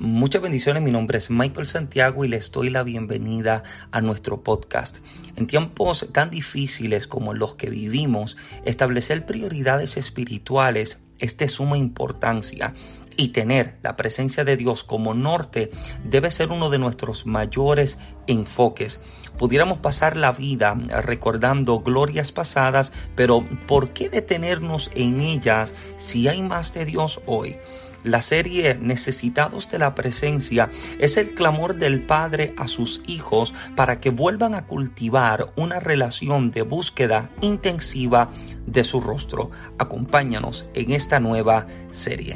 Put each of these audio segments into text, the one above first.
Muchas bendiciones, mi nombre es Michael Santiago y les doy la bienvenida a nuestro podcast. En tiempos tan difíciles como los que vivimos, establecer prioridades espirituales es de suma importancia y tener la presencia de Dios como norte debe ser uno de nuestros mayores enfoques. Pudiéramos pasar la vida recordando glorias pasadas, pero ¿por qué detenernos en ellas si hay más de Dios hoy? La serie Necesitados de la Presencia es el clamor del Padre a sus hijos para que vuelvan a cultivar una relación de búsqueda intensiva de su rostro. Acompáñanos en esta nueva serie.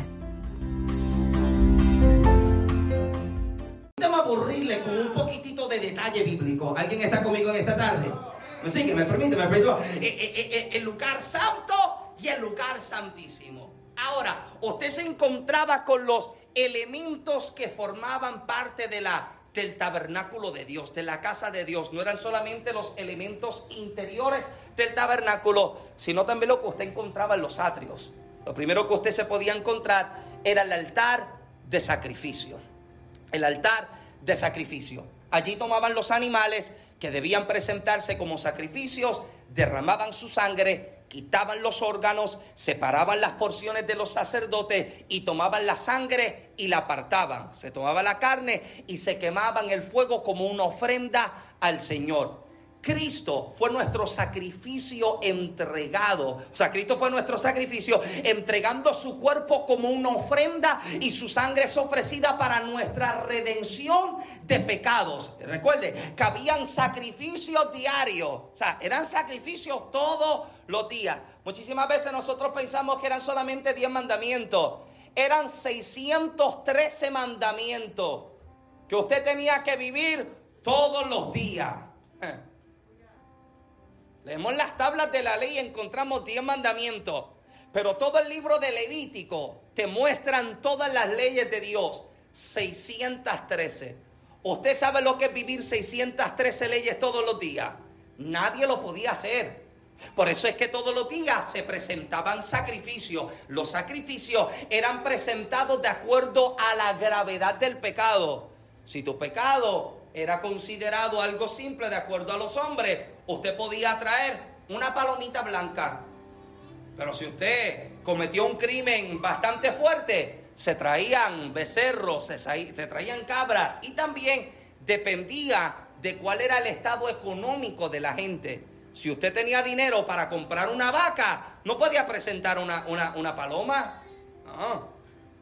Vamos a aburrirle con un poquitito de detalle bíblico. ¿Alguien está conmigo en esta tarde? ¿Me sigue? ¿Me permite? El lugar santo y el lugar santísimo. Ahora, usted se encontraba con los elementos que formaban parte del tabernáculo de Dios, de la casa de Dios. No eran solamente los elementos interiores del tabernáculo, sino también lo que usted encontraba en los atrios. Lo primero que usted se podía encontrar era el altar de sacrificio. El altar de sacrificio. Allí tomaban los animales que debían presentarse como sacrificios, derramaban su sangre, quitaban los órganos, separaban las porciones de los sacerdotes y tomaban la sangre y la apartaban. Se tomaba la carne y se quemaba en el fuego como una ofrenda al Señor. Cristo fue nuestro sacrificio entregado. O sea, Cristo fue nuestro sacrificio entregando su cuerpo como una ofrenda y su sangre es ofrecida para nuestra redención de pecados. Recuerde que habían sacrificios diarios. O sea, eran sacrificios todos los días. Muchísimas veces nosotros pensamos que eran solamente 10 mandamientos. Eran 613 mandamientos que usted tenía que vivir todos los días. Leemos las tablas de la ley y encontramos 10 mandamientos. Pero todo el libro de Levítico te muestran todas las leyes de Dios. 613. ¿Usted sabe lo que es vivir 613 leyes todos los días? Nadie lo podía hacer. Por eso es que todos los días se presentaban sacrificios. Los sacrificios eran presentados de acuerdo a la gravedad del pecado. Si tu pecado era considerado algo simple de acuerdo a los hombres, usted podía traer una palomita blanca. Pero si usted cometió un crimen bastante fuerte, se traían becerros, se traían cabras, y también dependía de cuál era el estado económico de la gente. Si usted tenía dinero para comprar una vaca, no podía presentar una paloma. No.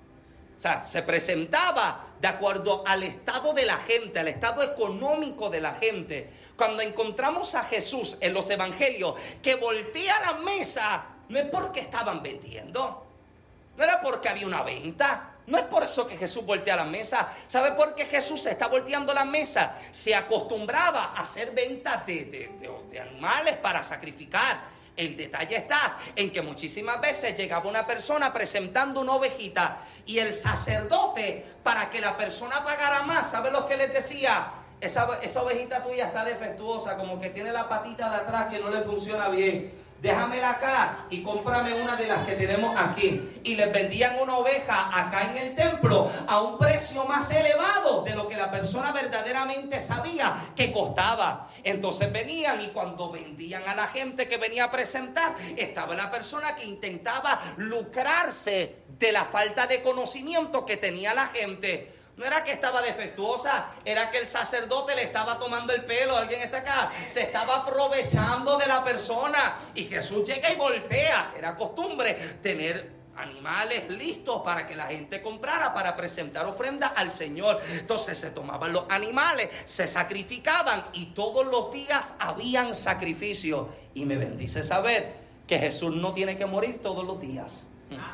O sea, se presentaba de acuerdo al estado de la gente, al estado económico de la gente. Cuando encontramos a Jesús en los evangelios que voltea la mesa, no es porque estaban vendiendo, no era porque había una venta. No es por eso que Jesús voltea la mesa. ¿Sabe por qué Jesús está volteando la mesa? Se acostumbraba a hacer ventas de animales para sacrificar. El detalle está en que muchísimas veces llegaba una persona presentando una ovejita y el sacerdote, para que la persona pagara más, ¿sabe lo que les decía? Esa ovejita tuya está defectuosa, como que tiene la patita de atrás que no le funciona bien. Déjamela acá y cómprame una de las que tenemos aquí. Y les vendían una oveja acá en el templo a un precio más elevado de lo que la persona verdaderamente sabía que costaba. Entonces venían, y cuando vendían a la gente que venía a presentar, estaba la persona que intentaba lucrarse de la falta de conocimiento que tenía la gente. No era que estaba defectuosa, era que el sacerdote le estaba tomando el pelo. ¿Alguien está acá? Se estaba aprovechando de la persona. Y Jesús llega y voltea. Era costumbre tener animales listos para que la gente comprara, para presentar ofrenda al Señor. Entonces se tomaban los animales, se sacrificaban, y todos los días habían sacrificios. Y me bendice saber que Jesús no tiene que morir todos los días.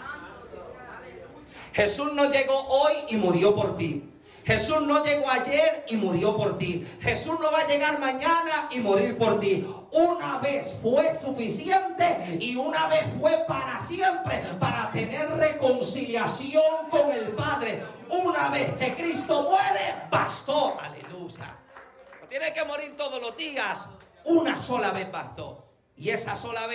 Jesús no llegó hoy y murió por ti. Jesús no llegó ayer y murió por ti. Jesús no va a llegar mañana y morir por ti. Una vez fue suficiente y una vez fue para siempre, para tener reconciliación con el Padre. Una vez que Cristo muere, bastó. Aleluya. No tiene que morir todos los días. Una sola vez bastó. Y esa sola vez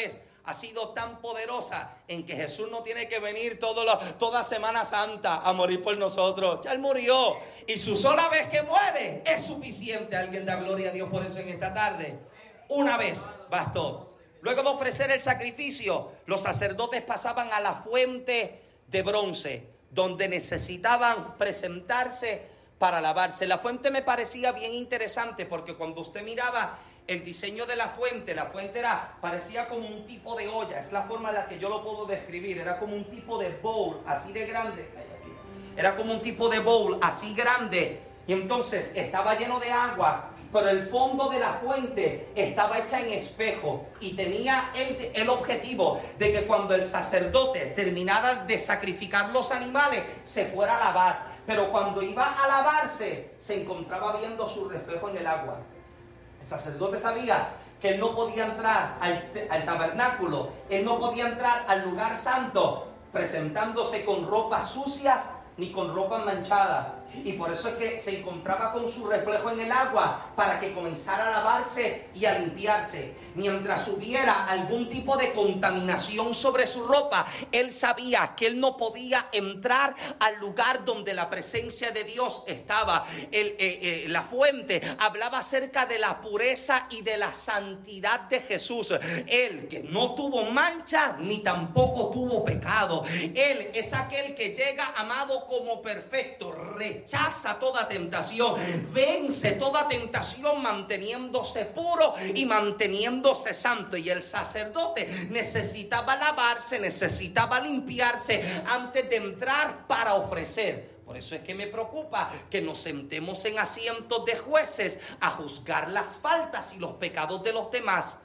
ha sido tan poderosa en que Jesús no tiene que venir toda Semana Santa a morir por nosotros. Ya Él murió. Y su sola vez que muere es suficiente. Alguien da gloria a Dios por eso en esta tarde. Una vez bastó. Luego de ofrecer el sacrificio, los sacerdotes pasaban a la fuente de bronce, donde necesitaban presentarse para lavarse. La fuente me parecía bien interesante porque cuando usted miraba el diseño de la fuente parecía como un tipo de olla. Es la forma en la que yo lo puedo describir. Era como un tipo de bowl así de grande. Era como un tipo de bowl así grande. Y entonces estaba lleno de agua, pero el fondo de la fuente estaba hecha en espejo. Y tenía el objetivo de que cuando el sacerdote terminara de sacrificar los animales, se fuera a lavar. Pero cuando iba a lavarse, se encontraba viendo su reflejo en el agua. El sacerdote sabía que él no podía entrar al tabernáculo, él no podía entrar al lugar santo presentándose con ropas sucias ni con ropa manchada. Y por eso es que se encontraba con su reflejo en el agua para que comenzara a lavarse y a limpiarse. Mientras hubiera algún tipo de contaminación sobre su ropa, él sabía que él no podía entrar al lugar donde la presencia de Dios estaba. La fuente hablaba acerca de la pureza y de la santidad de Jesús. Él que no tuvo mancha ni tampoco tuvo pecado. Él es aquel que llega, amado, como perfecto, rechaza toda tentación, vence toda tentación manteniéndose puro y manteniéndose santo. Y el sacerdote necesitaba lavarse, necesitaba limpiarse antes de entrar para ofrecer. Por eso es que me preocupa que nos sentemos en asientos de jueces a juzgar las faltas y los pecados de los demás.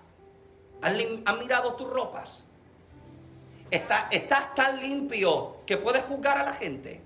¿Han mirado tus ropas? ¿Estás tan limpio que puedes juzgar a la gente?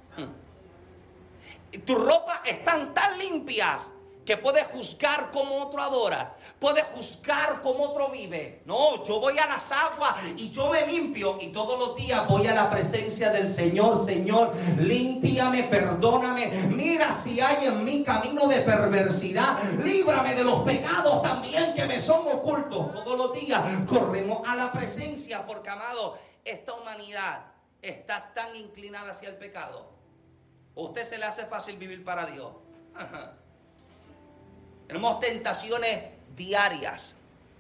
Tus ropas están tan limpias que puedes juzgar cómo otro adora, puedes juzgar cómo otro vive. No, yo voy a las aguas y yo me limpio y todos los días voy a la presencia del Señor. Señor, límpiame, perdóname, mira si hay en mí camino de perversidad, líbrame de los pecados también que me son ocultos. Todos los días corremos a la presencia porque, amado, esta humanidad está tan inclinada hacia el pecado. ¿A usted se le hace fácil vivir para Dios? Ajá. Tenemos tentaciones diarias,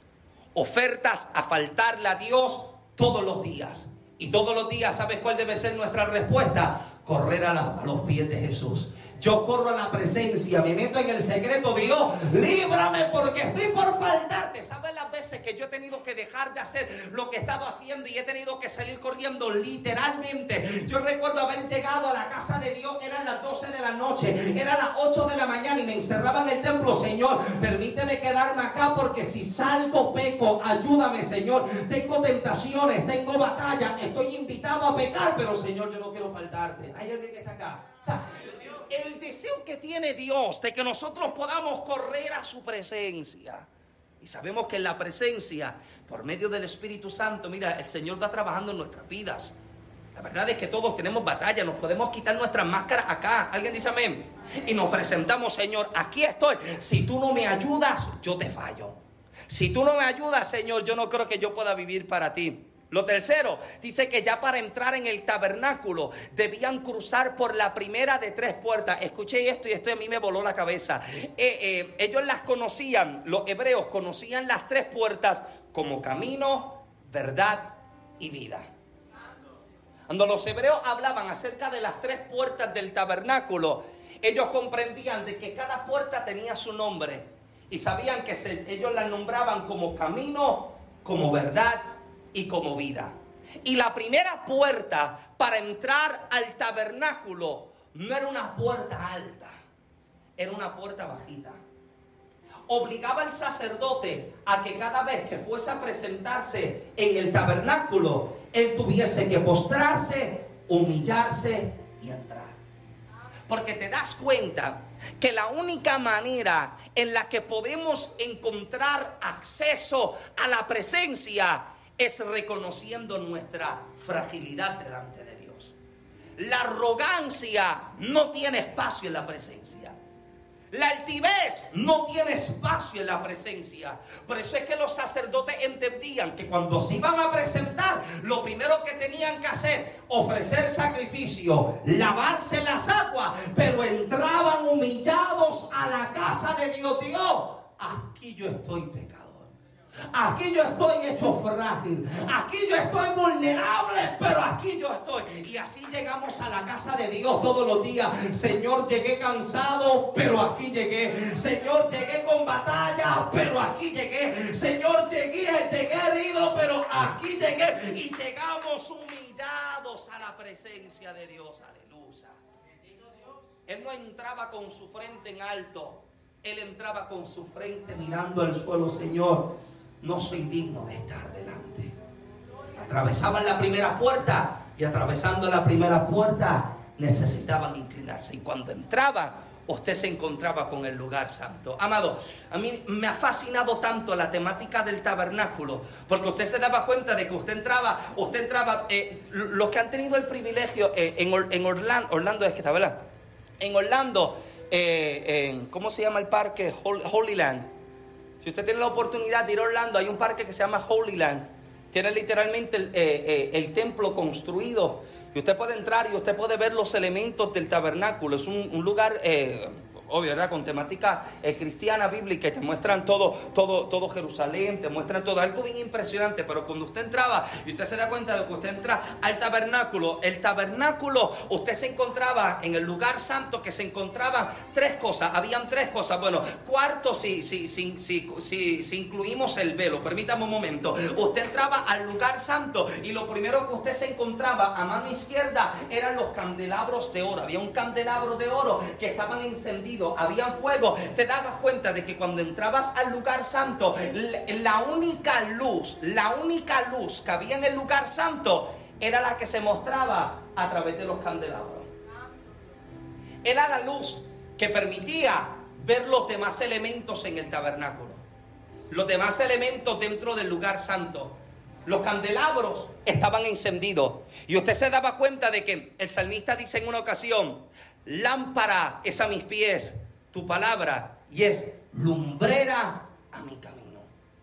ofertas a faltarle a Dios todos los días. Y todos los días, ¿sabes cuál debe ser nuestra respuesta? Correr a los pies de Jesús. Yo corro a la presencia, me meto en el secreto, Dios, líbrame porque estoy por faltarte. ¿Sabes las veces que yo he tenido que dejar de hacer lo que he estado haciendo y he tenido que salir corriendo literalmente? Yo recuerdo haber llegado a la casa de Dios, eran las 12 de la noche, eran las 8 de la mañana y me encerraba en el templo. Señor, permíteme quedarme acá porque si salgo peco, ayúdame, Señor. Tengo tentaciones, tengo batallas, estoy invitado a pecar, pero Señor, yo no quiero faltarte. ¿Hay alguien que está acá? O sea, el deseo que tiene Dios de que nosotros podamos correr a su presencia. Y sabemos que en la presencia, por medio del Espíritu Santo, mira, el Señor va trabajando en nuestras vidas. La verdad es que todos tenemos batalla, nos podemos quitar nuestras máscaras acá. ¿Alguien dice amén? Y nos presentamos, Señor, aquí estoy. Si tú no me ayudas, yo te fallo. Si tú no me ayudas, Señor, yo no creo que yo pueda vivir para ti. Lo tercero, dice que ya para entrar en el tabernáculo debían cruzar por la primera de 3 puertas. Escuché esto y esto a mí me voló la cabeza. Ellos las conocían, los hebreos conocían las 3 puertas como camino, verdad y vida. Cuando los hebreos hablaban acerca de las 3 puertas del tabernáculo, ellos comprendían de que cada puerta tenía su nombre y sabían que ellos las nombraban como camino, como verdad y como vida. Y la primera puerta para entrar al tabernáculo no era una puerta alta, era una puerta bajita. Obligaba al sacerdote a que cada vez que fuese a presentarse en el tabernáculo, él tuviese que postrarse, humillarse y entrar. Porque te das cuenta que la única manera en la que podemos encontrar acceso a la presencia es reconociendo nuestra fragilidad delante de Dios. La arrogancia no tiene espacio en la presencia. La altivez no tiene espacio en la presencia. Por eso es que los sacerdotes entendían que cuando se iban a presentar, lo primero que tenían que hacer, ofrecer sacrificio, lavarse las aguas, pero entraban humillados a la casa de Dios. Dios, aquí yo estoy pecador. Aquí yo estoy hecho frágil. Aquí yo estoy vulnerable, pero aquí yo estoy. Y así llegamos a la casa de Dios todos los días. Señor, llegué cansado, pero aquí llegué. Señor, llegué con batalla, pero aquí llegué. Señor, llegué herido, pero aquí llegué. Y llegamos humillados a la presencia de Dios. Aleluya. Él no entraba con su frente en alto. Él entraba con su frente mirando al suelo. Señor, no soy digno de estar delante. Atravesaban la primera puerta y atravesando la primera puerta necesitaban inclinarse. Y cuando entraban, usted se encontraba con el lugar santo. Amado, a mí me ha fascinado tanto la temática del tabernáculo, porque usted se daba cuenta de que usted entraba, los que han tenido el privilegio en Orlando es que está, ¿verdad? En Orlando, ¿cómo se llama el parque? Holy Land. Si usted tiene la oportunidad de ir a Orlando, hay un parque que se llama Holy Land. Tiene literalmente el templo construido. Y usted puede entrar y usted puede ver los elementos del tabernáculo. Es un lugar, obvio, ¿verdad? Con temática cristiana, bíblica. Y te muestran todo Jerusalén. Te muestran todo. Algo bien impresionante. Pero cuando usted entraba y usted se da cuenta de que usted entra al tabernáculo. El tabernáculo, usted se encontraba en el lugar santo, que se encontraban tres cosas. Habían tres cosas. Bueno, cuarto si incluimos el velo. Permítame un momento. Usted entraba al lugar santo y lo primero que usted se encontraba a mano izquierda eran los candelabros de oro. Había un candelabro de oro que estaban encendidos. Había fuego. Te dabas cuenta de que cuando entrabas al lugar santo, la única luz que había en el lugar santo era la que se mostraba a través de los candelabros. Era la luz que permitía ver los demás elementos en el tabernáculo, los demás elementos dentro del lugar santo. Los candelabros estaban encendidos. Y usted se daba cuenta de que el salmista dice en una ocasión: lámpara es a mis pies tu palabra y es lumbrera a mi camino.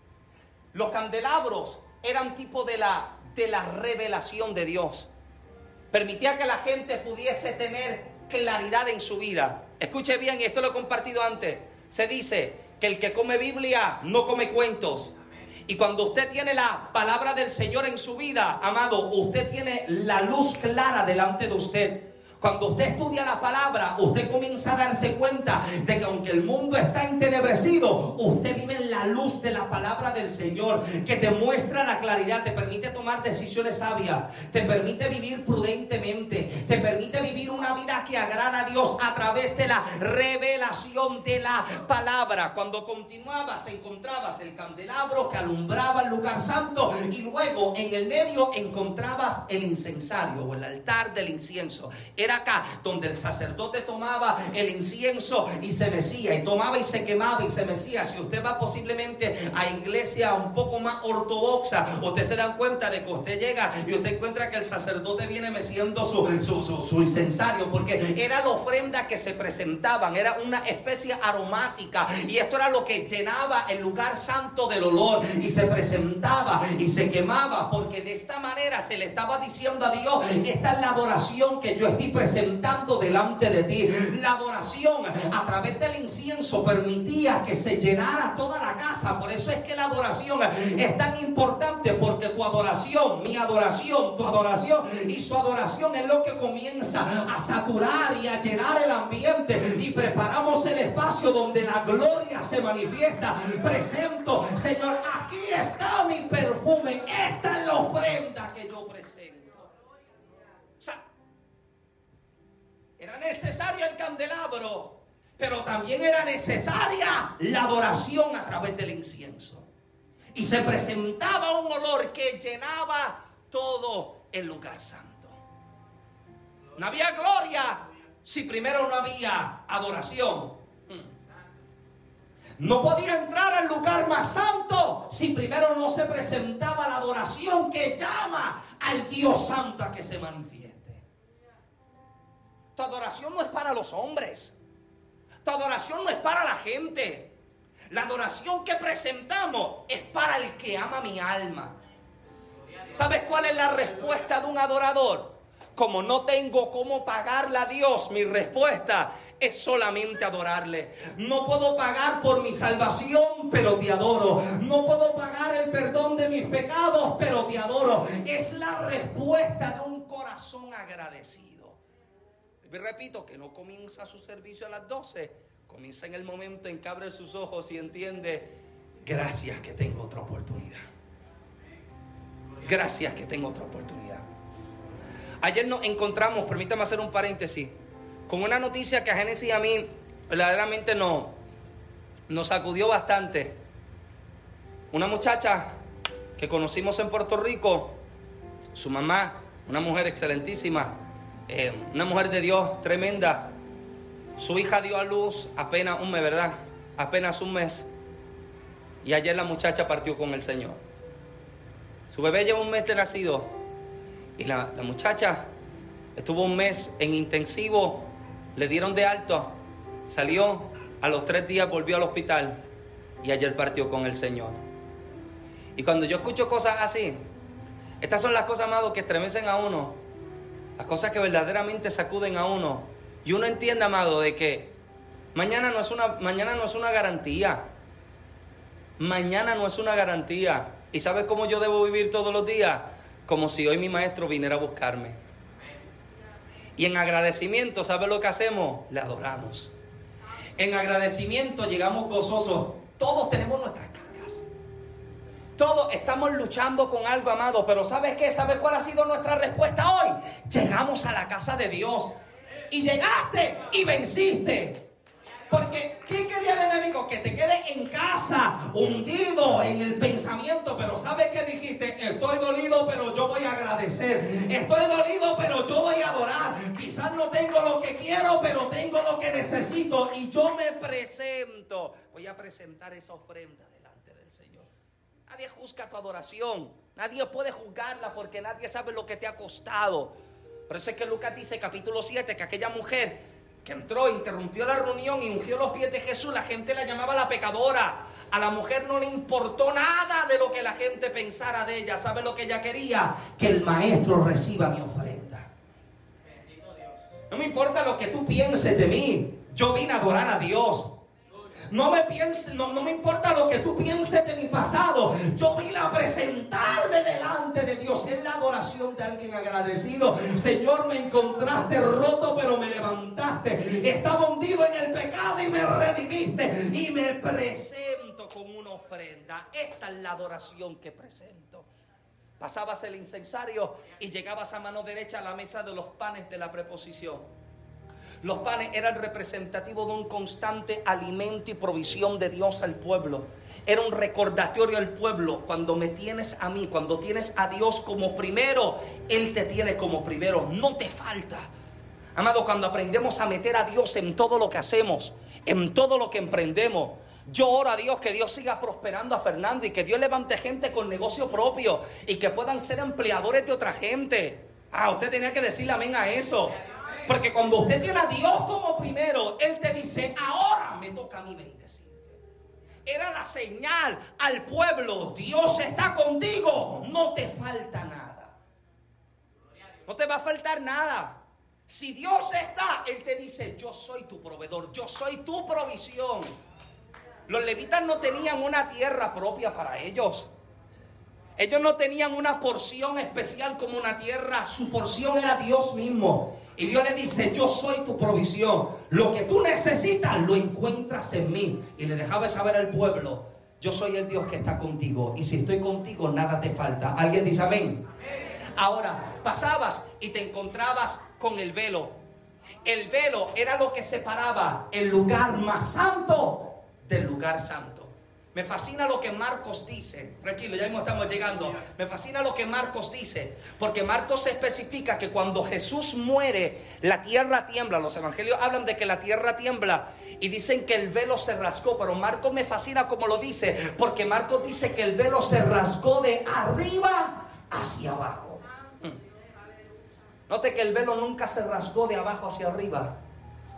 Los candelabros eran tipo de la revelación de Dios. Permitía que la gente pudiese tener claridad en su vida. Escuche bien, y esto lo he compartido antes. Se dice que el que come Biblia no come cuentos. Y cuando usted tiene la palabra del Señor en su vida, amado, usted tiene la luz clara delante de usted. Cuando usted estudia la palabra, usted comienza a darse cuenta de que aunque el mundo está entenebrecido, usted vive en la luz de la palabra del Señor, que te muestra la claridad, te permite tomar decisiones sabias, te permite vivir prudentemente, te permite vivir una vida que agrada a Dios a través de la revelación de la palabra. Cuando continuabas, encontrabas el candelabro que alumbraba el lugar santo y luego en el medio encontrabas el incensario o el altar del incienso. Era acá donde el sacerdote tomaba el incienso y se mecía, y tomaba y se quemaba y se mecía. Si usted va posiblemente a iglesia un poco más ortodoxa, usted se da cuenta de que usted llega y usted encuentra que el sacerdote viene meciendo su incensario, porque era la ofrenda que se presentaban, era una especie aromática, y esto era lo que llenaba el lugar santo del olor, y se presentaba y se quemaba, porque de esta manera se le estaba diciendo a Dios: esta es la adoración que yo estoy presentando delante de ti. La adoración a través del incienso permitía que se llenara toda la casa. Por eso es que la adoración es tan importante, porque tu adoración, mi adoración, tu adoración y su adoración es lo que comienza a saturar y a llenar el ambiente, y preparamos el espacio donde la gloria se manifiesta. Presento, Señor, aquí está mi perfume, esta es la ofrenda que yo presento. O sea, era necesario el candelabro, pero también era necesaria la adoración a través del incienso. Y se presentaba un olor que llenaba todo el lugar santo. No había gloria si primero no había adoración. No podía entrar al lugar más santo si primero no se presentaba la adoración que llama al Dios santo a que se manifieste. Tu adoración no es para los hombres. Tu adoración no es para la gente. La adoración que presentamos es para el que ama mi alma. ¿Sabes cuál es la respuesta de un adorador? Como no tengo cómo pagarle a Dios, mi respuesta es solamente adorarle. No puedo pagar por mi salvación, pero te adoro. No puedo pagar el perdón de mis pecados, pero te adoro. Es la respuesta de un corazón agradecido. Y repito, que no comienza su servicio a las 12. Comienza en el momento en que abre sus ojos y entiende: gracias que tengo otra oportunidad. Gracias que tengo otra oportunidad. Ayer nos encontramos, permítame hacer un paréntesis, con una noticia que a Génesis y a mí verdaderamente nos sacudió bastante. Una muchacha que conocimos en Puerto Rico, su mamá, una mujer excelentísima, una mujer de Dios tremenda. Su hija dio a luz apenas un mes, ¿verdad? Apenas un mes. Y ayer la muchacha partió con el Señor. Su bebé lleva un mes de nacido. Y la muchacha estuvo un mes en intensivo. Le dieron de alto. Salió. A los 3 días volvió al hospital. Y ayer partió con el Señor. Y cuando yo escucho cosas así, estas son las cosas, amado, que estremecen a uno. Las cosas que verdaderamente sacuden a uno. Y uno entiende, amado, de que mañana no es una garantía. Mañana no es una garantía. ¿Y sabes cómo yo debo vivir todos los días? Como si hoy mi maestro viniera a buscarme. Y en agradecimiento, ¿sabes lo que hacemos? Le adoramos. En agradecimiento llegamos gozosos. Todos tenemos nuestras cargas. Todos estamos luchando con algo, amado. Pero ¿sabes qué? ¿Sabes cuál ha sido nuestra respuesta hoy? Llegamos a la casa de Dios. Y llegaste y venciste. Porque ¿qué quería el enemigo? Que te quedes en casa, hundido en el pensamiento. Pero ¿sabes qué dijiste? Estoy dolido, pero yo voy a agradecer. Estoy dolido, pero yo voy a adorar. Quizás no tengo lo que quiero, pero tengo lo que necesito. Y yo me presento. Voy a presentar esa ofrenda delante del Señor. Nadie juzga tu adoración. Nadie puede juzgarla porque nadie sabe lo que te ha costado. Por eso es que Lucas dice, capítulo 7, que aquella mujer que entró, interrumpió la reunión y ungió los pies de Jesús, la gente la llamaba la pecadora. A la mujer no le importó nada de lo que la gente pensara de ella. ¿Sabe lo que ella quería? Que el maestro reciba mi ofrenda. Bendito Dios. No me importa lo que tú pienses de mí. Yo vine a adorar a Dios. No me importa lo que tú pienses de mi pasado. Yo vine a presentarme delante de Dios. Es la adoración de alguien agradecido. Señor, me encontraste roto, pero me levantaste. Estaba hundido en el pecado y me redimiste. Y me presento con una ofrenda. Esta es la adoración que presento. Pasabas el incensario y llegabas a mano derecha a la mesa de los panes de la preposición. Los panes eran representativos de un constante alimento y provisión de Dios al pueblo. Era un recordatorio al pueblo. Cuando me tienes a mí, cuando tienes a Dios como primero, Él te tiene como primero. No te falta. Amado, cuando aprendemos a meter a Dios en todo lo que hacemos, en todo lo que emprendemos, yo oro a Dios que Dios siga prosperando a Fernando y que Dios levante gente con negocio propio y que puedan ser empleadores de otra gente. Usted tenía que decirle amén a eso. Porque cuando usted tiene a Dios como primero, Él te dice, ahora me toca a mí bendecirte. Era la señal al pueblo, Dios está contigo, no te falta nada. No te va a faltar nada. Si Dios está, Él te dice, yo soy tu proveedor, yo soy tu provisión. Los levitas no tenían una tierra propia para ellos. Ellos no tenían una porción especial como una tierra. Su porción era Dios mismo. Y Dios le dice, yo soy tu provisión. Lo que tú necesitas lo encuentras en mí. Y le dejaba saber al pueblo, yo soy el Dios que está contigo. Y si estoy contigo, nada te falta. ¿Alguien dice amén? Amén. Ahora, pasabas y te encontrabas con el velo. El velo era lo que separaba el lugar más santo del lugar santo. Me fascina lo que Marcos dice. Tranquilo, ya mismo estamos llegando. Me fascina lo que Marcos dice. Porque Marcos especifica que cuando Jesús muere, la tierra tiembla. Los evangelios hablan de que la tierra tiembla. Y dicen que el velo se rasgó. Pero Marcos me fascina como lo dice. Porque Marcos dice que el velo se rasgó de arriba hacia abajo. Note que el velo nunca se rasgó de abajo hacia arriba.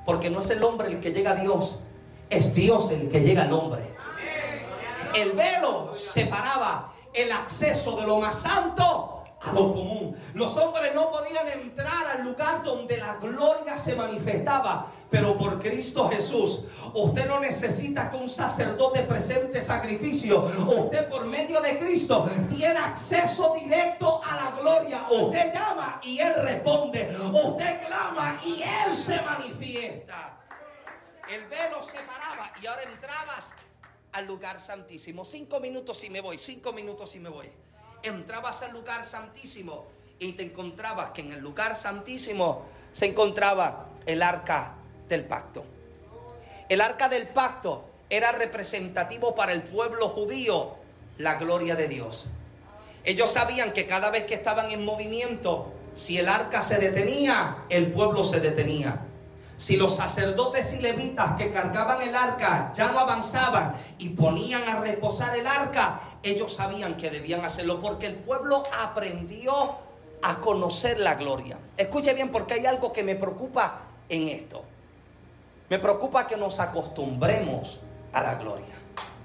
Porque no es el hombre el que llega a Dios, es Dios el que llega al hombre. El velo separaba el acceso de lo más santo a lo común. Los hombres no podían entrar al lugar donde la gloria se manifestaba, pero por Cristo Jesús, usted no necesita que un sacerdote presente sacrificio. Usted por medio de Cristo tiene acceso directo a la gloria. Usted llama y Él responde. Usted clama y Él se manifiesta. El velo separaba y ahora entrabas al lugar santísimo. 5 minutos y me voy, 5 minutos y me voy. Entrabas al lugar santísimo y te encontrabas que en el lugar santísimo se encontraba el arca del pacto. El arca del pacto era representativo para el pueblo judío, la gloria de Dios. Ellos sabían que cada vez que estaban en movimiento, si el arca se detenía, el pueblo se detenía. Si los sacerdotes y levitas que cargaban el arca ya no avanzaban y ponían a reposar el arca, ellos sabían que debían hacerlo porque el pueblo aprendió a conocer la gloria. Escuche bien, porque hay algo que me preocupa en esto. Me preocupa que nos acostumbremos a la gloria.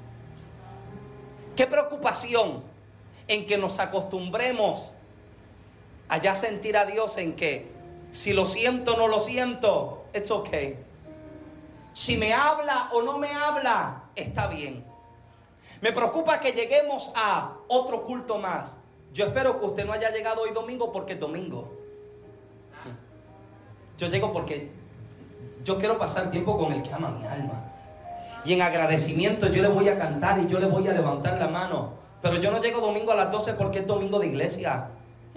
Qué preocupación en que nos acostumbremos a ya sentir a Dios en que si lo siento o no lo siento, it's okay. Si me habla o no me habla, está bien. Me preocupa que lleguemos a otro culto más. Yo espero que usted no haya llegado hoy domingo porque es domingo. Yo llego porque yo quiero pasar tiempo con el que ama mi alma. Y en agradecimiento yo le voy a cantar y yo le voy a levantar la mano. Pero yo no llego domingo a las 12 porque es domingo de iglesia.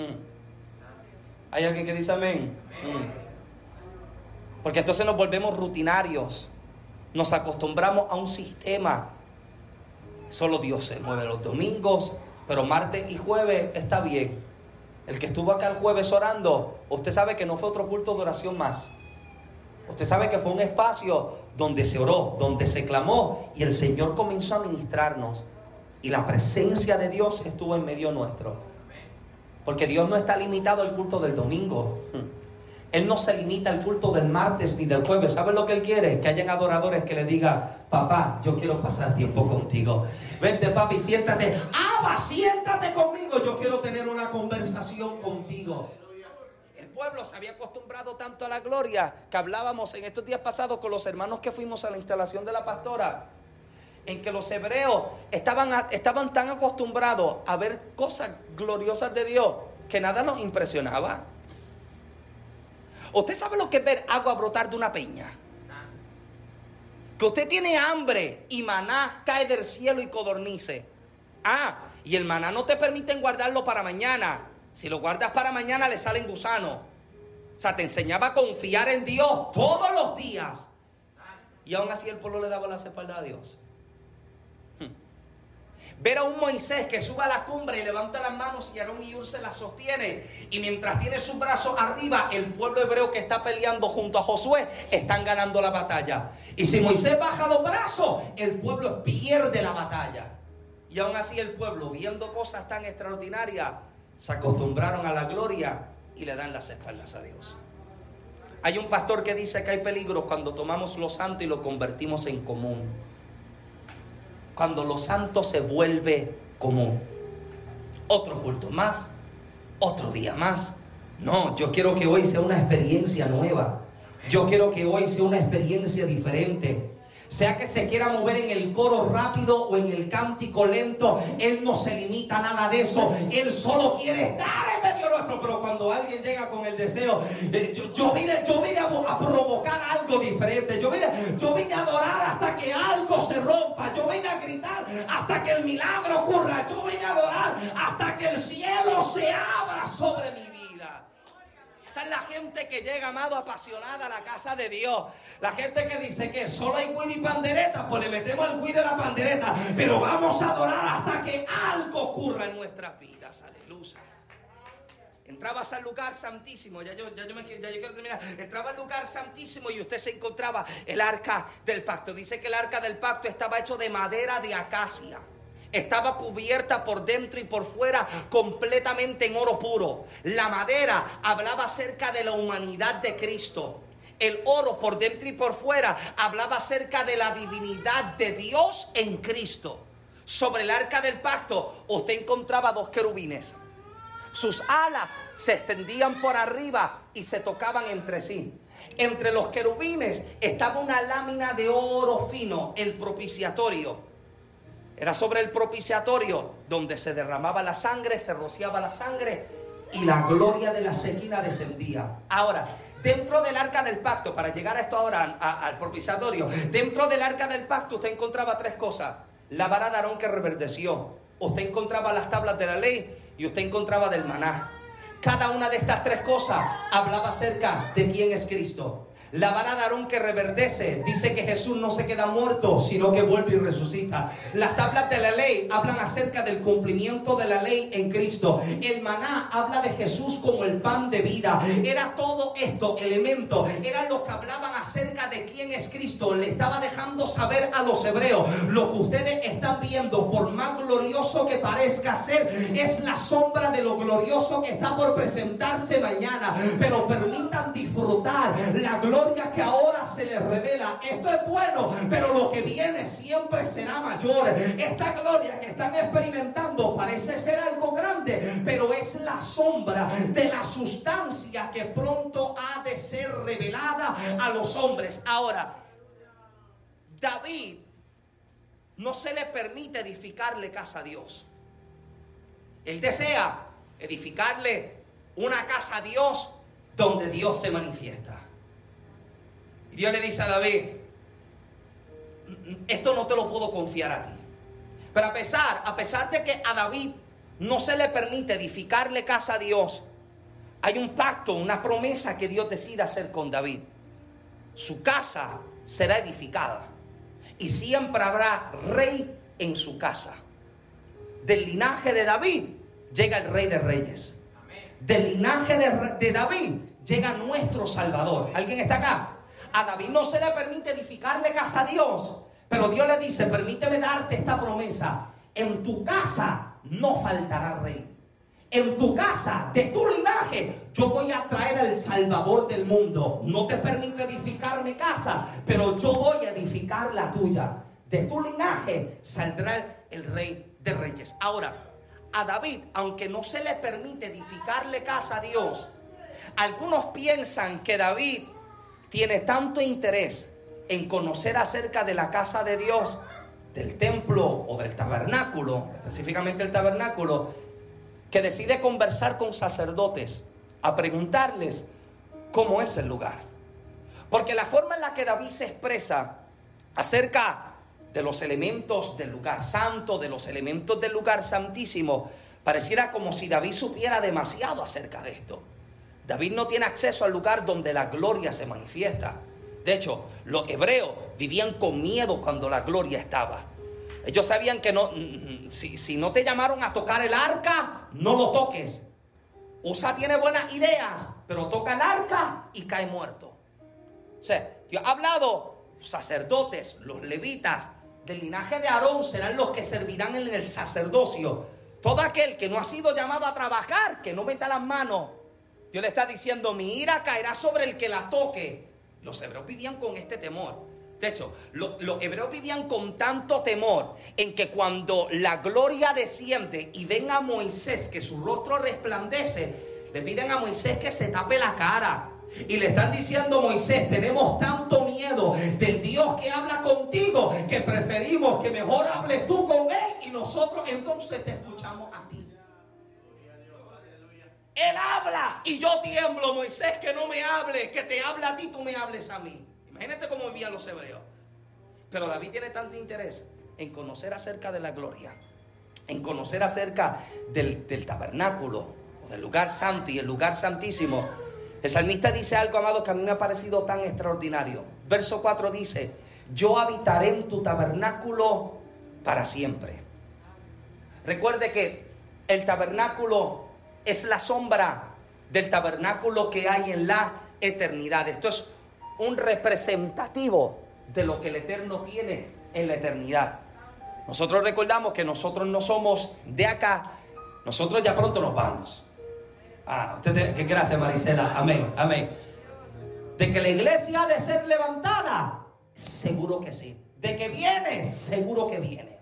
¿Hay alguien que dice amén? Porque entonces nos volvemos rutinarios. Nos acostumbramos a un sistema. Solo Dios se mueve los domingos, pero martes y jueves está bien. El que estuvo acá el jueves orando, usted sabe que no fue otro culto de oración más. Usted sabe que fue un espacio donde se oró, donde se clamó y el Señor comenzó a ministrarnos. Y la presencia de Dios estuvo en medio nuestro. Porque Dios no está limitado al culto del domingo. Él no se limita al culto del martes ni del jueves. ¿Sabe lo que Él quiere? Que hayan adoradores que le digan: papá, yo quiero pasar tiempo contigo. Vente, papi, siéntate. Abba, siéntate conmigo. Yo quiero tener una conversación contigo. El pueblo se había acostumbrado tanto a la gloria que hablábamos en estos días pasados con los hermanos que fuimos a la instalación de la pastora, en que los hebreos estaban tan acostumbrados a ver cosas gloriosas de Dios que nada nos impresionaba. ¿Usted sabe lo que es ver agua brotar de una peña? Que usted tiene hambre y maná cae del cielo y codornice. Y el maná no te permiten guardarlo para mañana. Si lo guardas para mañana le salen gusanos. O sea, te enseñaba a confiar en Dios todos los días. Y aún así el pueblo le daba la espalda a Dios. Ver a un Moisés que sube a la cumbre y levanta las manos y Aarón y Hur se las sostiene. Y mientras tiene sus brazos arriba, el pueblo hebreo que está peleando junto a Josué están ganando la batalla. Y si Moisés baja los brazos, el pueblo pierde la batalla. Y aún así el pueblo, viendo cosas tan extraordinarias, se acostumbraron a la gloria y le dan las espaldas a Dios. Hay un pastor que dice que hay peligros cuando tomamos lo santo y lo convertimos en común. Cuando lo santo se vuelve común. Otro culto más, otro día más. No, yo quiero que hoy sea una experiencia nueva. Yo quiero que hoy sea una experiencia diferente. Sea que se quiera mover en el coro rápido o en el cántico lento, Él no se limita a nada de eso. Él solo quiere estar en medio nuestro. Pero cuando alguien llega con el deseo, yo vine a provocar algo diferente. Yo vine a adorar hasta que algo se rompa. Yo vine a gritar hasta que el milagro ocurra. Yo vine a adorar hasta que el cielo se abra sobre mi vida. Esa es la gente que llega, amado, apasionada a la casa de Dios. La gente que dice que solo hay güiro y pandereta, pues le metemos el güiro y la pandereta. Pero vamos a adorar hasta que algo ocurra en nuestras vidas. Aleluya. Entrabas al lugar santísimo, ya yo quiero terminar. Entraba al lugar santísimo y usted se encontraba el arca del pacto. Dice que el arca del pacto estaba hecho de madera de acacia. Estaba cubierta por dentro y por fuera completamente en oro puro. La madera hablaba acerca de la humanidad de Cristo. El oro por dentro y por fuera hablaba acerca de la divinidad de Dios en Cristo. Sobre el arca del pacto usted encontraba 2 querubines. Sus alas se extendían por arriba y se tocaban entre sí. Entre los querubines estaba una lámina de oro fino, el propiciatorio. Era sobre el propiciatorio donde se derramaba la sangre, se rociaba la sangre y la gloria de la Shequina descendía. Ahora, dentro del arca del pacto, para llegar a esto ahora al propiciatorio, dentro del arca del pacto usted encontraba 3 cosas. La vara de Aarón que reverdeció, usted encontraba las tablas de la ley y usted encontraba del maná. Cada una de estas 3 cosas hablaba acerca de quién es Cristo. La vara de Aarón que reverdece dice que Jesús no se queda muerto, sino que vuelve y resucita. Las tablas de la ley hablan acerca del cumplimiento de la ley en Cristo. El maná habla de Jesús como el pan de vida. Era todo esto, elementos, eran los que hablaban acerca de quién es Cristo. Le estaba dejando saber a los hebreos: lo que ustedes están viendo, por más glorioso que parezca ser, es la sombra de lo glorioso que está por presentarse mañana. Pero permitan disfrutar la gloria que ahora se les revela. Esto es bueno, pero lo que viene siempre será mayor. Esta gloria que están experimentando parece ser algo grande, pero es la sombra de la sustancia que pronto ha de ser revelada a los hombres. Ahora, David no se le permite edificarle casa a Dios. Él desea edificarle una casa a Dios donde Dios se manifiesta. Y Dios le dice a David: esto no te lo puedo confiar a ti. Pero a pesar de que a David no se le permite edificarle casa a Dios, hay un pacto, una promesa que Dios decide hacer con David. Su casa será edificada y siempre habrá rey en su casa. Del linaje de David llega el Rey de Reyes. Del linaje de David llega nuestro Salvador. ¿Alguien está acá? A David no se le permite edificarle casa a Dios, pero Dios le dice: permíteme darte esta promesa. En tu casa no faltará rey. En tu casa, de tu linaje, yo voy a traer al Salvador del mundo. No te permito edificarme casa, pero yo voy a edificar la tuya. De tu linaje saldrá el Rey de Reyes. Ahora, a David, aunque no se le permite edificarle casa a Dios, algunos piensan que David tiene tanto interés en conocer acerca de la casa de Dios, del templo o del tabernáculo, específicamente el tabernáculo, que decide conversar con sacerdotes a preguntarles cómo es el lugar. Porque la forma en la que David se expresa acerca de los elementos del lugar santo, de los elementos del lugar santísimo, pareciera como si David supiera demasiado acerca de esto. David no tiene acceso al lugar donde la gloria se manifiesta. De hecho, los hebreos vivían con miedo cuando la gloria estaba. Ellos sabían que si no te llamaron a tocar el arca, no lo toques. Usa tiene buenas ideas, pero toca el arca y cae muerto. O sea, Dios ha hablado: los sacerdotes, los levitas del linaje de Aarón serán los que servirán en el sacerdocio. Todo aquel que no ha sido llamado a trabajar, que no meta las manos. Dios le está diciendo: mi ira caerá sobre el que la toque. Los hebreos vivían con este temor. De hecho, los hebreos vivían con tanto temor en que cuando la gloria desciende y ven a Moisés que su rostro resplandece, le piden a Moisés que se tape la cara. Y le están diciendo: Moisés, tenemos tanto miedo del Dios que habla contigo que preferimos que mejor hables tú con él y nosotros entonces te escuchamos a ti. Él habla y yo tiemblo. Moisés, que no me hable, que te hable a ti, tú me hables a mí. Imagínate cómo vivían los hebreos. Pero David tiene tanto interés en conocer acerca de la gloria, en conocer acerca del tabernáculo, o del lugar santo y el lugar santísimo. El salmista dice algo, amados, que a mí me ha parecido tan extraordinario. Verso 4 dice: yo habitaré en tu tabernáculo para siempre. Recuerde que el tabernáculo es la sombra del tabernáculo que hay en la eternidad. Esto es un representativo de lo que el Eterno tiene en la eternidad. Nosotros recordamos que nosotros no somos de acá. Nosotros ya pronto nos vamos. Gracias, Marisela. Amén, amén. ¿De que la iglesia ha de ser levantada? Seguro que sí. ¿De que viene? Seguro que viene.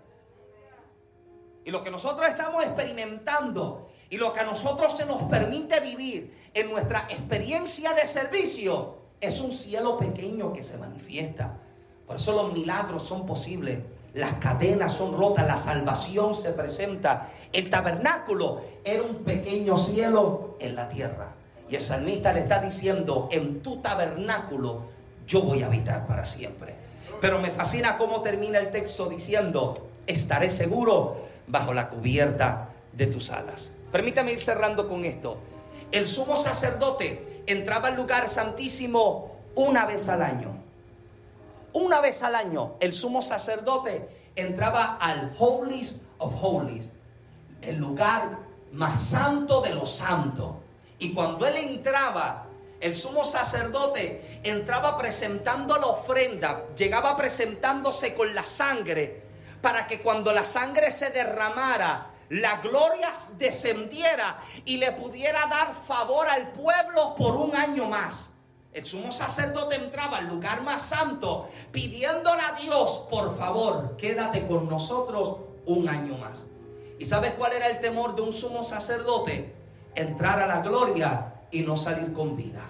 Y lo que nosotros estamos experimentando y lo que a nosotros se nos permite vivir en nuestra experiencia de servicio es un cielo pequeño que se manifiesta. Por eso los milagros son posibles. Las cadenas son rotas, la salvación se presenta. El tabernáculo era un pequeño cielo en la tierra. Y el salmista le está diciendo: en tu tabernáculo yo voy a habitar para siempre. Pero me fascina cómo termina el texto diciendo: estaré seguro bajo la cubierta de tus alas. Permítame ir cerrando con esto. El sumo sacerdote entraba al lugar santísimo una vez al año. Una vez al año el sumo sacerdote entraba al Holies of Holies, el lugar más santo de los santos. Y cuando él entraba, el sumo sacerdote entraba presentando la ofrenda, llegaba presentándose con la sangre, para que cuando la sangre se derramara, la gloria descendiera y le pudiera dar favor al pueblo por un año más. El sumo sacerdote entraba al lugar más santo pidiéndole a Dios: por favor, quédate con nosotros un año más. ¿Y sabes cuál era el temor de un sumo sacerdote? Entrar a la gloria y no salir con vida.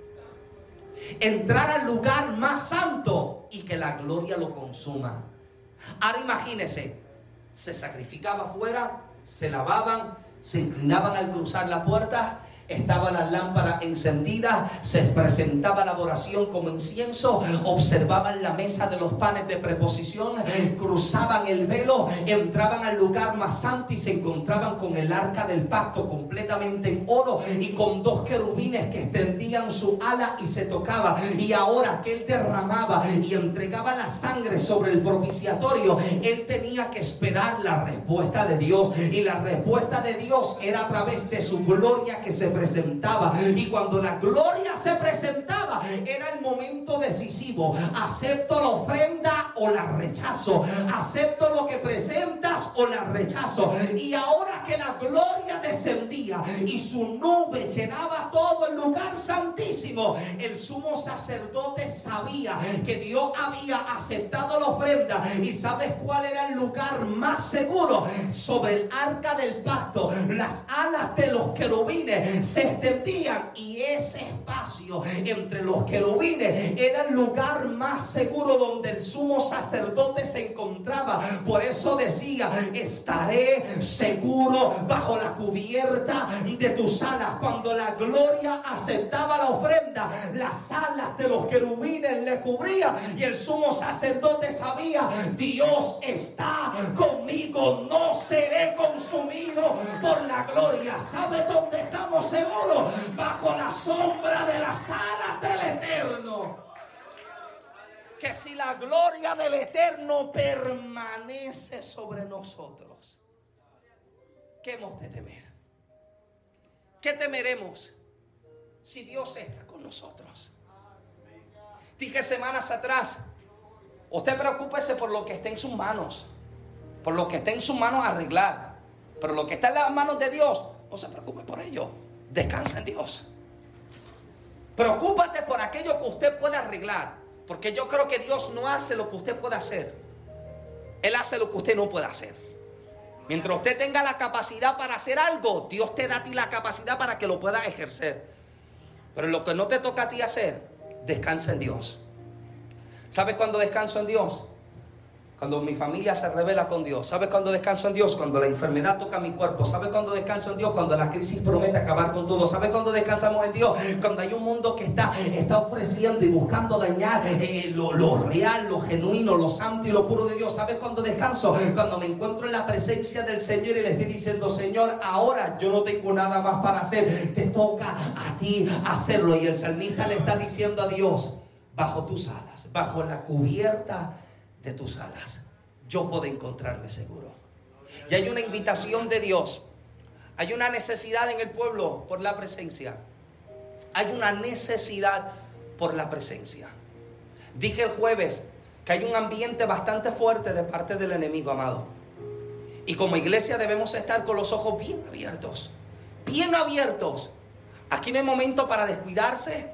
Entrar al lugar más santo y que la gloria lo consuma. Ahora imagínese, se sacrificaba afuera, se lavaban, se inclinaban al cruzar la puerta, estaban las lámparas encendidas, se presentaba la adoración como incienso, observaban la mesa de los panes de preposición, cruzaban el velo, entraban al lugar más santo y se encontraban con el arca del pacto completamente en oro y con dos querubines que extendían su ala y se tocaba. Y ahora que él derramaba y entregaba la sangre sobre el propiciatorio, él tenía que esperar la respuesta de Dios, y la respuesta de Dios era a través de su gloria que se presentaba. Y cuando la gloria se presentaba, era el momento decisivo: acepto la ofrenda o la rechazo, acepto lo que presentas o la rechazo. Y ahora que la gloria descendía y su nube llenaba todo el lugar santísimo, el sumo sacerdote sabía que Dios había aceptado la ofrenda. ¿Y sabes cuál era el lugar más seguro? Sobre el arca del pacto, las alas de los querubines se extendían, y ese espacio entre los querubines era el lugar más seguro donde el sumo sacerdote se encontraba. Por eso decía: estaré seguro bajo la cubierta de tus alas. Cuando la gloria aceptaba la ofrenda, las alas de los querubines le cubrían, y el sumo sacerdote sabía: Dios está conmigo, no seré consumido por la gloria. ¿Sabe dónde estamos seguros? Bajo la sombra de las alas del Eterno. Que si la gloria del Eterno permanece sobre nosotros, ¿qué hemos de temer? ¿Qué temeremos si Dios está con nosotros? Dije semanas atrás: usted preocúpese por lo que esté en sus manos, por lo que esté en sus manos arreglar, pero lo que está en las manos de Dios, no se preocupe por ello. Descansa en Dios. Preocúpate por aquello que usted puede arreglar, porque yo creo que Dios no hace lo que usted puede hacer. Él hace lo que usted no puede hacer. Mientras usted tenga la capacidad para hacer algo, Dios te da a ti la capacidad para que lo puedas ejercer. Pero lo que no te toca a ti hacer, descansa en Dios. ¿Sabes cuándo descanso en Dios? Cuando mi familia se revela con Dios. ¿Sabes cuándo descanso en Dios? Cuando la enfermedad toca mi cuerpo. ¿Sabes cuándo descanso en Dios? Cuando la crisis promete acabar con todo. ¿Sabes cuándo descansamos en Dios? Cuando hay un mundo que está ofreciendo y buscando dañar lo real, lo genuino, lo santo y lo puro de Dios. ¿Sabes cuándo descanso? Cuando me encuentro en la presencia del Señor y le estoy diciendo: Señor, ahora yo no tengo nada más para hacer. Te toca a ti hacerlo. Y el salmista le está diciendo a Dios: bajo tus alas, bajo la cubierta de tus alas, yo puedo encontrarme seguro. Y hay una invitación de Dios. Hay una necesidad en el pueblo por la presencia. Hay una necesidad por la presencia. Dije el jueves que hay un ambiente bastante fuerte de parte del enemigo, amado. Y como iglesia debemos estar con los ojos bien abiertos. Bien abiertos. Aquí no hay momento para descuidarse.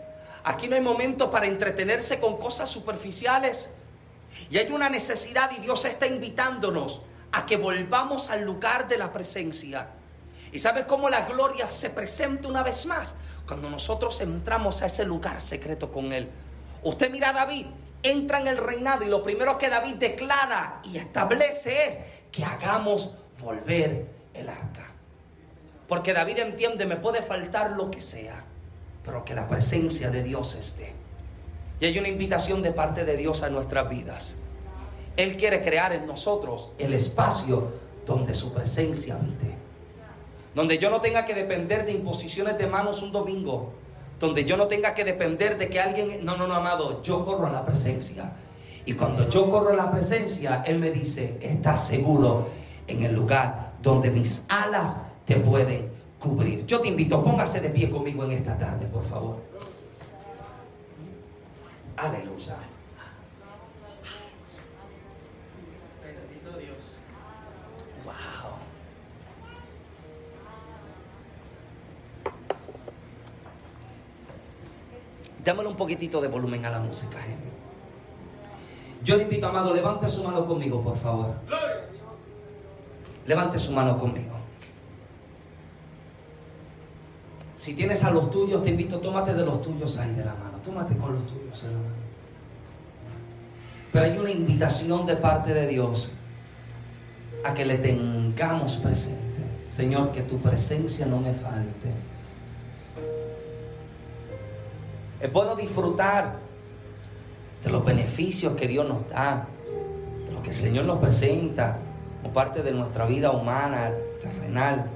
Aquí no hay momento para entretenerse con cosas superficiales. Y hay una necesidad y Dios está invitándonos a que volvamos al lugar de la presencia. ¿Y sabes cómo la gloria se presenta una vez más? Cuando nosotros entramos a ese lugar secreto con Él. Usted mira a David, entra en el reinado y lo primero que David declara y establece es que hagamos volver el arca. Porque David entiende, me puede faltar lo que sea, pero que la presencia de Dios esté. Y hay una invitación de parte de Dios a nuestras vidas. Él quiere crear en nosotros el espacio donde su presencia habite. Donde yo no tenga que depender de imposiciones de manos un domingo. Donde yo no tenga que depender de que alguien... No, amado, yo corro a la presencia. Y cuando yo corro a la presencia, Él me dice, estás seguro en el lugar donde mis alas te pueden cubrir. Yo te invito, póngase de pie conmigo en esta tarde, por favor. Aleluya. Bendito Dios. Wow. Dámele un poquitito de volumen a la música, gente. Yo le invito, amado, levante su mano conmigo, por favor. Levante su mano conmigo. Si tienes a los tuyos, te invito, tómate de los tuyos ahí de la mano. Tómate con los tuyos en la mano. Pero hay una invitación de parte de Dios a que le tengamos presente. Señor, que tu presencia no me falte. Es bueno disfrutar de los beneficios que Dios nos da, de lo que el Señor nos presenta como parte de nuestra vida humana, terrenal.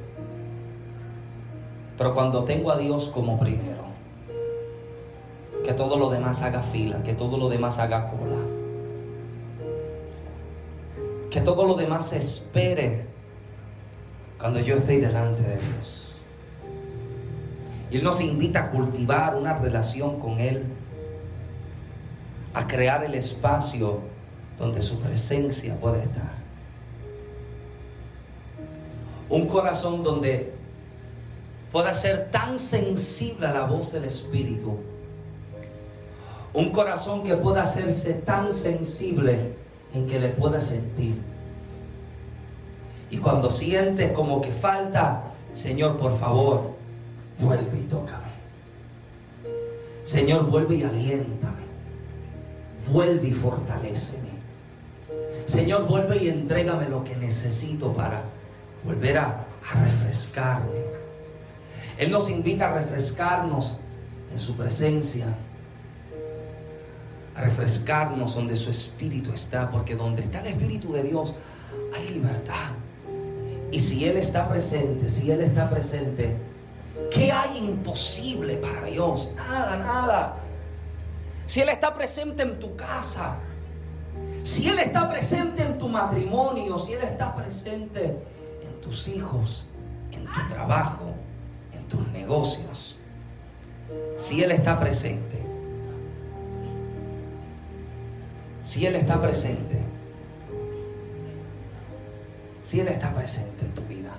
Pero cuando tengo a Dios como primero, que todo lo demás haga fila, que todo lo demás haga cola, que todo lo demás se espere cuando yo estoy delante de Dios. Y Él nos invita a cultivar una relación con Él, a crear el espacio donde su presencia puede estar. Un corazón donde pueda ser tan sensible a la voz del Espíritu. Un corazón que pueda hacerse tan sensible en que le pueda sentir. Y cuando sientes como que falta, Señor, por favor, vuelve y tócame. Señor, vuelve y aliéntame. Vuelve y fortaléceme. Señor, vuelve y entrégame lo que necesito para volver a refrescarme. Él nos invita a refrescarnos en su presencia, a refrescarnos donde su Espíritu está, porque donde está el Espíritu de Dios hay libertad. Y si Él está presente, ¿qué hay imposible para Dios? Nada. Si Él está presente en tu casa, si Él está presente en tu matrimonio, si Él está presente en tus hijos, en tu trabajo, en tus negocios, si Él está presente, si Él está presente en tu vida.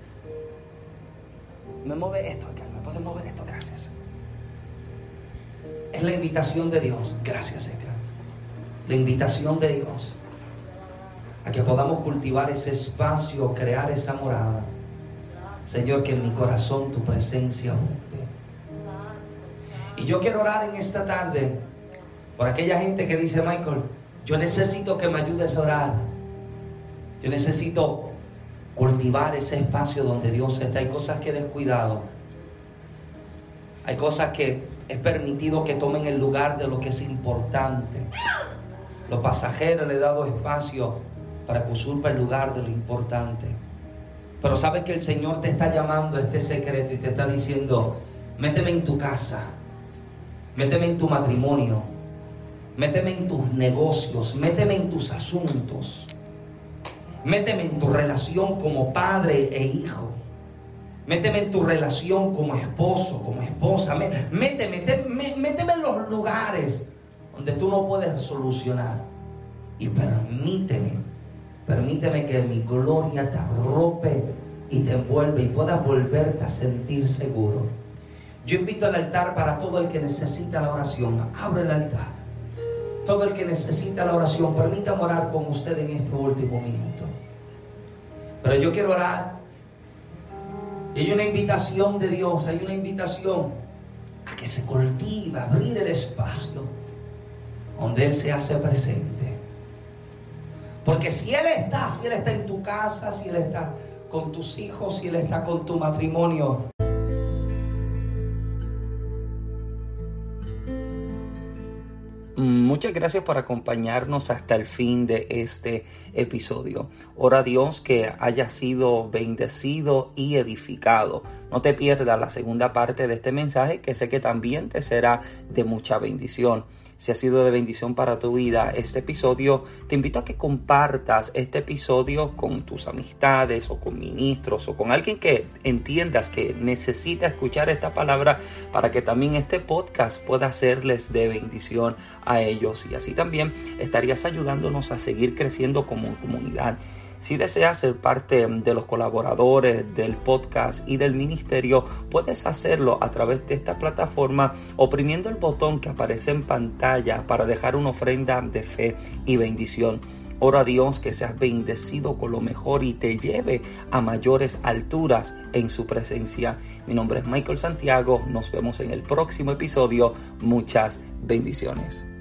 Me mueve esto acá, me puede mover esto, gracias. Es la invitación de Dios, gracias Edgar. La invitación de Dios a que podamos cultivar ese espacio, crear esa morada. Señor, que en mi corazón tu presencia abunde. Y yo quiero orar en esta tarde por aquella gente que dice, Michael, yo necesito que me ayudes a orar. Yo necesito cultivar ese espacio donde Dios está. Hay cosas que he descuidado. Hay cosas que he permitido que tomen el lugar de lo que es importante. Los pasajeros le he dado espacio para que usurpe el lugar de lo importante. Pero sabes que el Señor te está llamando a este secreto y te está diciendo, méteme en tu casa, méteme en tu matrimonio, méteme en tus negocios, méteme en tus asuntos, méteme en tu relación como padre e hijo, méteme en tu relación como esposo, como esposa, méteme en los lugares donde tú no puedes solucionar. Y permíteme que mi gloria te arrope y te envuelve y puedas volverte a sentir seguro. Yo invito al altar para todo el que necesita la oración. Abre el altar. Todo el que necesita la oración, permítame orar con usted en este último minuto. Pero yo quiero orar. Y hay una invitación de Dios, hay una invitación a que se cultive, a abrir el espacio donde Él se hace presente. Porque si Él está en tu casa, si Él está con tus hijos, si Él está con tu matrimonio. Muchas gracias por acompañarnos hasta el fin de este episodio. Ora a Dios que haya sido bendecido y edificado. No te pierdas la segunda parte de este mensaje, que sé que también te será de mucha bendición. Si ha sido de bendición para tu vida este episodio, te invito a que compartas este episodio con tus amistades o con ministros o con alguien que entiendas que necesita escuchar esta palabra para que también este podcast pueda serles de bendición a ellos. Y así también estarías ayudándonos a seguir creciendo como comunidad. Si deseas ser parte de los colaboradores del podcast y del ministerio, puedes hacerlo a través de esta plataforma oprimiendo el botón que aparece en pantalla para dejar una ofrenda de fe y bendición. Oro a Dios que seas bendecido con lo mejor y te lleve a mayores alturas en su presencia. Mi nombre es Michael Santiago. Nos vemos en el próximo episodio. Muchas bendiciones.